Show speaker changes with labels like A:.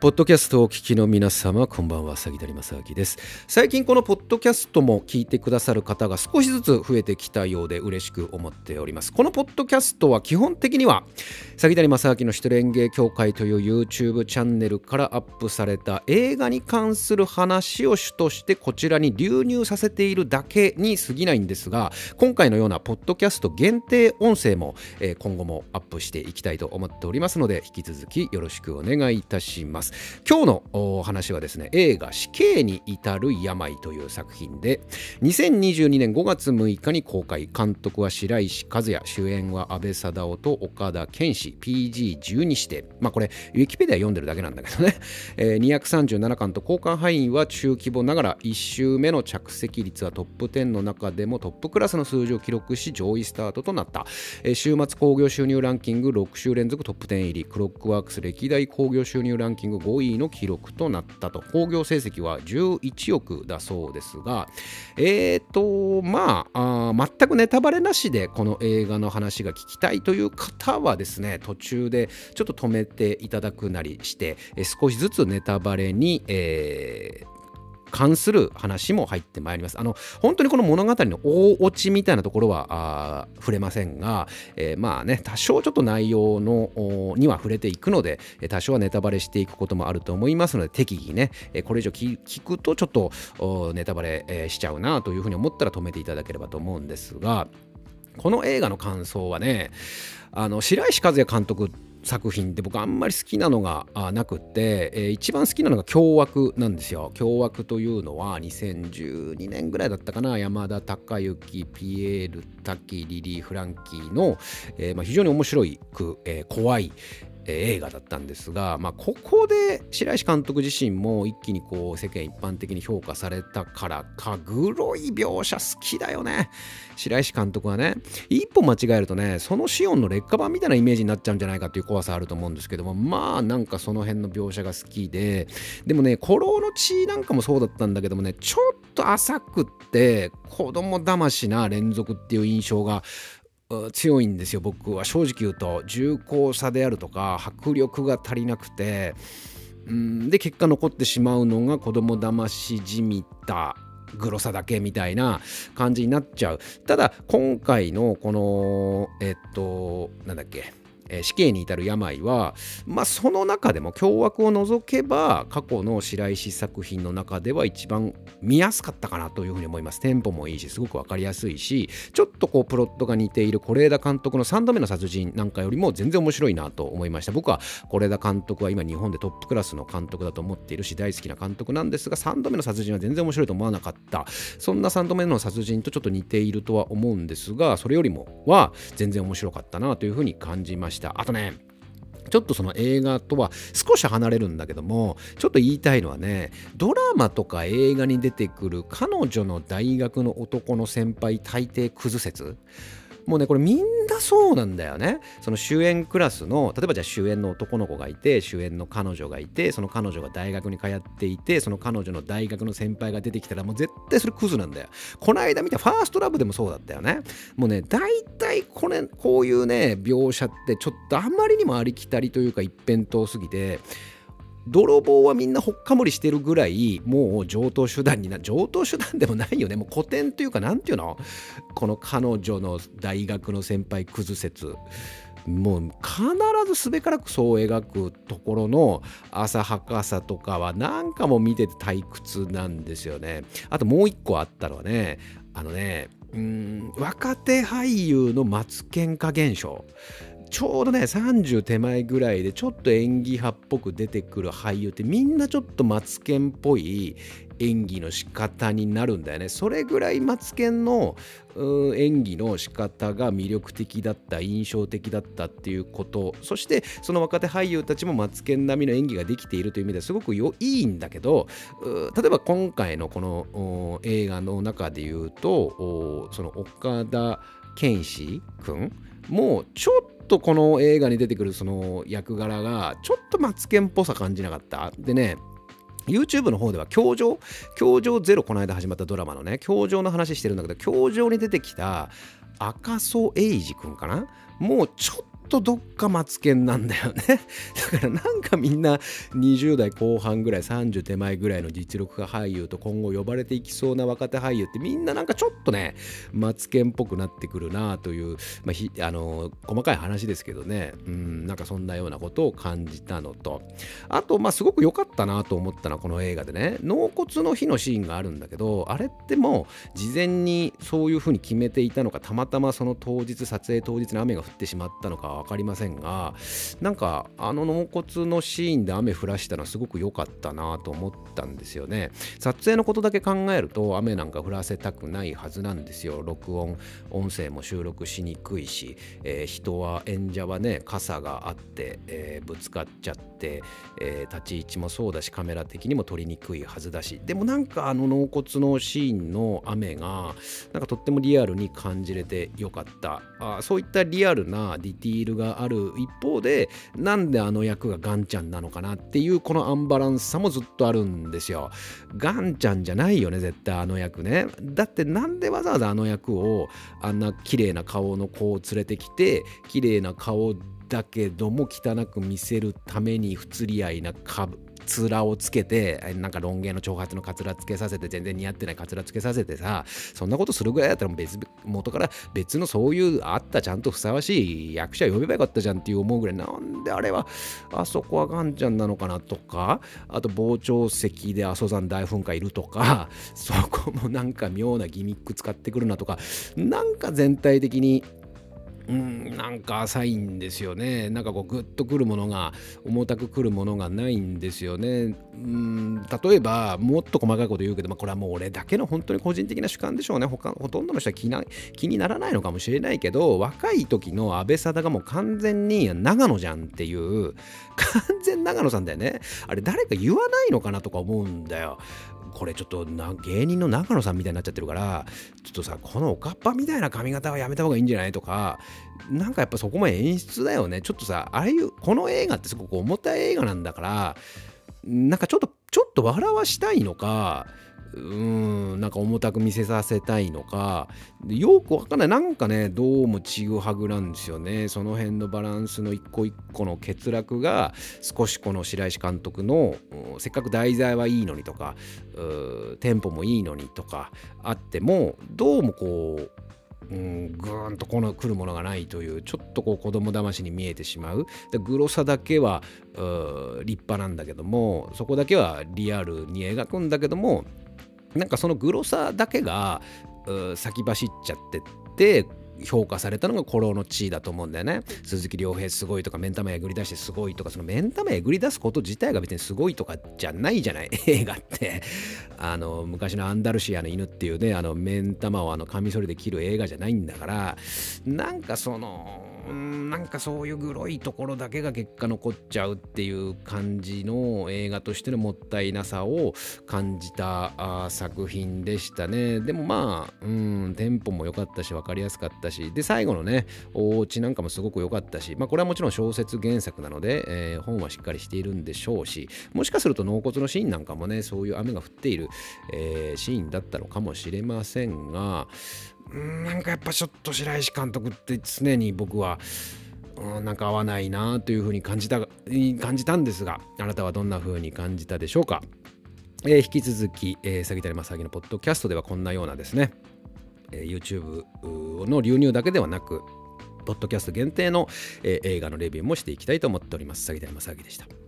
A: ポッドキャストをお聞きの皆様、こんばんは、杉谷正明です。最近このポッドキャストも聞いてくださる方が少しずつ増えてきたようで嬉しく思っております。このポッドキャストは基本的には杉谷正明のシュトレンゲ協会という YouTube チャンネルからアップされた映画に関する話を主としてこちらに流入させているだけに過ぎないんですが、今回のようなポッドキャスト限定音声も今後もアップしていきたいと思っておりますので、引き続きよろしくお願いいたします。今日のお話はですね、映画死刑に至る病という作品で2022年5月6日に公開。監督は白石和也、主演は阿部サダヲと岡田健志、 PG12 指定。これウィキペディア読んでるだけなんだけどね、237巻と交換範囲は中規模ながら1週目の着席率はトップ10の中でもトップクラスの数字を記録し上位スタートとなった。週末興行収入ランキング6週連続トップ10入り、クロックワークス歴代興行収入ランキング5位の記録となったと。興行成績は11億だそうですが、全くネタバレなしでこの映画の話が聞きたいという方はですね、途中でちょっと止めていただくなりして、少しずつネタバレに、関する話も入ってまいります。本当にこの物語の大オチみたいなところは触れませんが、多少ちょっと内容には触れていくので、多少はネタバレしていくこともあると思いますので、適宜ね、これ以上聞くとちょっとネタバレしちゃうなというふうに思ったら止めていただければと思うんですが、この映画の感想はね、白石和也監督作品で僕あんまり好きなのがなくって、一番好きなのが凶悪なんですよ。凶悪というのは2012年ぐらいだったかな、山田孝之、ピエール滝、リリー・フランキーの、非常に面白く、怖い映画だったんですが、ここで白石監督自身も一気にこう世間一般的に評価されたからか、グロい描写好きだよね。白石監督はね、一歩間違えるとね、そのシオンの劣化版みたいなイメージになっちゃうんじゃないかっていう怖さあると思うんですけども、なんかその辺の描写が好きで、でもね、古老の血なんかもそうだったんだけどもね、ちょっと浅くって子供騙しな連続っていう印象が強いんですよ。僕は正直言うと重厚さであるとか迫力が足りなくて、で結果残ってしまうのが子供騙しじみたグロさだけみたいな感じになっちゃう。ただ今回のこの死刑に至る病は、その中でも凶悪を除けば過去の白石作品の中では一番見やすかったかなというふうに思います。テンポもいいし、すごくわかりやすいし、ちょっとこうプロットが似ている是枝監督の3度目の殺人なんかよりも全然面白いなと思いました。僕は是枝監督は今日本でトップクラスの監督だと思っているし大好きな監督なんですが、3度目の殺人は全然面白いと思わなかった。そんな3度目の殺人とちょっと似ているとは思うんですが、それよりもは全然面白かったなというふうに感じました。あとね、ちょっとその映画とは少し離れるんだけども、ちょっと言いたいのはね、ドラマとか映画に出てくる彼女の大学の男の先輩大抵クズ説、もうねこれみんなそうなんだよね。その主演クラスの、例えばじゃあ主演の男の子がいて、主演の彼女がいて、その彼女が大学に通っていて、その彼女の大学の先輩が出てきたらもう絶対それクズなんだよ。この間見たファーストラブでもそうだったよね。もうね大体こういうね描写ってちょっとあまりにもありきたりというか一辺倒すぎて、泥棒はみんなほっかむりしてるぐらいもう上等手段でもないよね。もう古典というか、なんていうの、この彼女の大学の先輩クズ説、もう必ずすべからくそう描くところの浅はかさとかはなんかもう見てて退屈なんですよね。あともう一個あったのはね、若手俳優のマツケン化現象。ちょうどね30手前ぐらいでちょっと演技派っぽく出てくる俳優ってみんなちょっとマツケンっぽい演技の仕方になるんだよね。それぐらいマツケンの演技の仕方が魅力的だった、印象的だったっていうこと、そしてその若手俳優たちもマツケン並みの演技ができているという意味ではすごくいいんだけど、例えば今回のこの映画の中で言うと、その岡田健志くんもうちょっとこの映画に出てくるその役柄がちょっとマツケンっぽさ感じなかった。でね、YouTube の方では教場ゼロ、この間始まったドラマのね教場の話してるんだけど、教場に出てきた赤楚衛二くんかな、もうちょっとどっかマツケンなんだよね。だからなんかみんな20代後半ぐらい30手前ぐらいの実力派俳優と今後呼ばれていきそうな若手俳優ってみんななんかちょっとねマツケンっぽくなってくるなという、細かい話ですけどね、なんかそんなようなことを感じたのと、あとすごく良かったなと思ったのはこの映画でね、納骨の日のシーンがあるんだけど、あれってもう事前にそういう風に決めていたのか、たまたまその当日撮影当日に雨が降ってしまったのかは分かりませんが、なんか納骨のシーンで雨降らしたのはすごく良かったなと思ったんですよね。撮影のことだけ考えると雨なんか降らせたくないはずなんですよ。音声も収録しにくいし、演者はね傘があって、ぶつかっちゃって、立ち位置もそうだしカメラ的にも撮りにくいはずだし、でもなんか納骨のシーンの雨がなんかとってもリアルに感じれてよかった。そういったリアルなディティールがある一方で、なんであの役がガンちゃんなのかなっていうこのアンバランスさもずっとあるんですよ。ガンちゃんじゃないよね絶対あの役ね。だってなんでわざわざあの役をあんな綺麗な顔の子を連れてきて、綺麗な顔だけども汚く見せるために不釣り合いなつらをつけて、なんかロン毛の長髪のカツラつけさせて、全然似合ってないカツラつけさせてさ、そんなことするぐらいだったら元から別のそういうあったちゃんとふさわしい役者呼べばよかったじゃんっていう思うぐらい、なんであれはあそこはガンちゃんなのかなとか、あと傍聴席で阿蘇山大噴火いるとか、そこもなんか妙なギミック使ってくるなとか、なんか全体的になんか浅いんですよね。なんかこうグッとくるものが、重たくくるものがないんですよね。例えばもっと細かいこと言うけど、これはもう俺だけの本当に個人的な主観でしょうね。ほとんどの人は気にならないのかもしれないけど、若い時の安倍貞がもう完全に長野じゃんっていう、完全長野さんだよね。あれ誰か言わないのかなとか思うんだよ。これちょっと芸人の長野さんみたいになっちゃってるから、ちょっとさこのおかっぱみたいな髪型はやめた方がいいんじゃないとか、なんかやっぱそこも演出だよね。ちょっとさ、ああいうこの映画ってすごく重たい映画なんだから、なんかちょっと笑わしたいのか、なんか重たく見せさせたいのかよくわかんない。なんかねどうもちぐはぐなんですよね。その辺のバランスの一個一個の欠落が少しこの白石監督のせっかく題材はいいのにとかテンポもいいのにとかあっても、どうもこうぐーんと来るものがないという、ちょっとこう子供騙しに見えてしまう。でグロさだけは立派なんだけども、そこだけはリアルに描くんだけども、なんかそのグロさだけが先走っちゃってって評価されたのが古老の地位だと思うんだよね。鈴木亮平すごいとか、目ん玉えぐり出してすごいとか、その目ん玉えぐり出すこと自体が別にすごいとかじゃないじゃない映画って。昔のアンダルシアの犬っていうね、目ん玉をカミソリで切る映画じゃないんだから、なんかなんかそういうグロいところだけが結果残っちゃうっていう感じの映画としてのもったいなさを感じた作品でしたね。でもテンポも良かったし分かりやすかったし、で最後のねお家なんかもすごく良かったし、これはもちろん小説原作なので、本はしっかりしているんでしょうし、もしかすると納骨のシーンなんかもねそういう雨が降っている、シーンだったのかもしれませんが、なんかやっぱちょっと白石監督って常に僕はなんか合わないなというふうに感じたんですが、あなたはどんなふうに感じたでしょうか。引き続き、詐欺たりまさぎのポッドキャストではこんなようなですね、YouTube の流入だけではなくポッドキャスト限定の、映画のレビューもしていきたいと思っております。詐欺たりまさぎでした。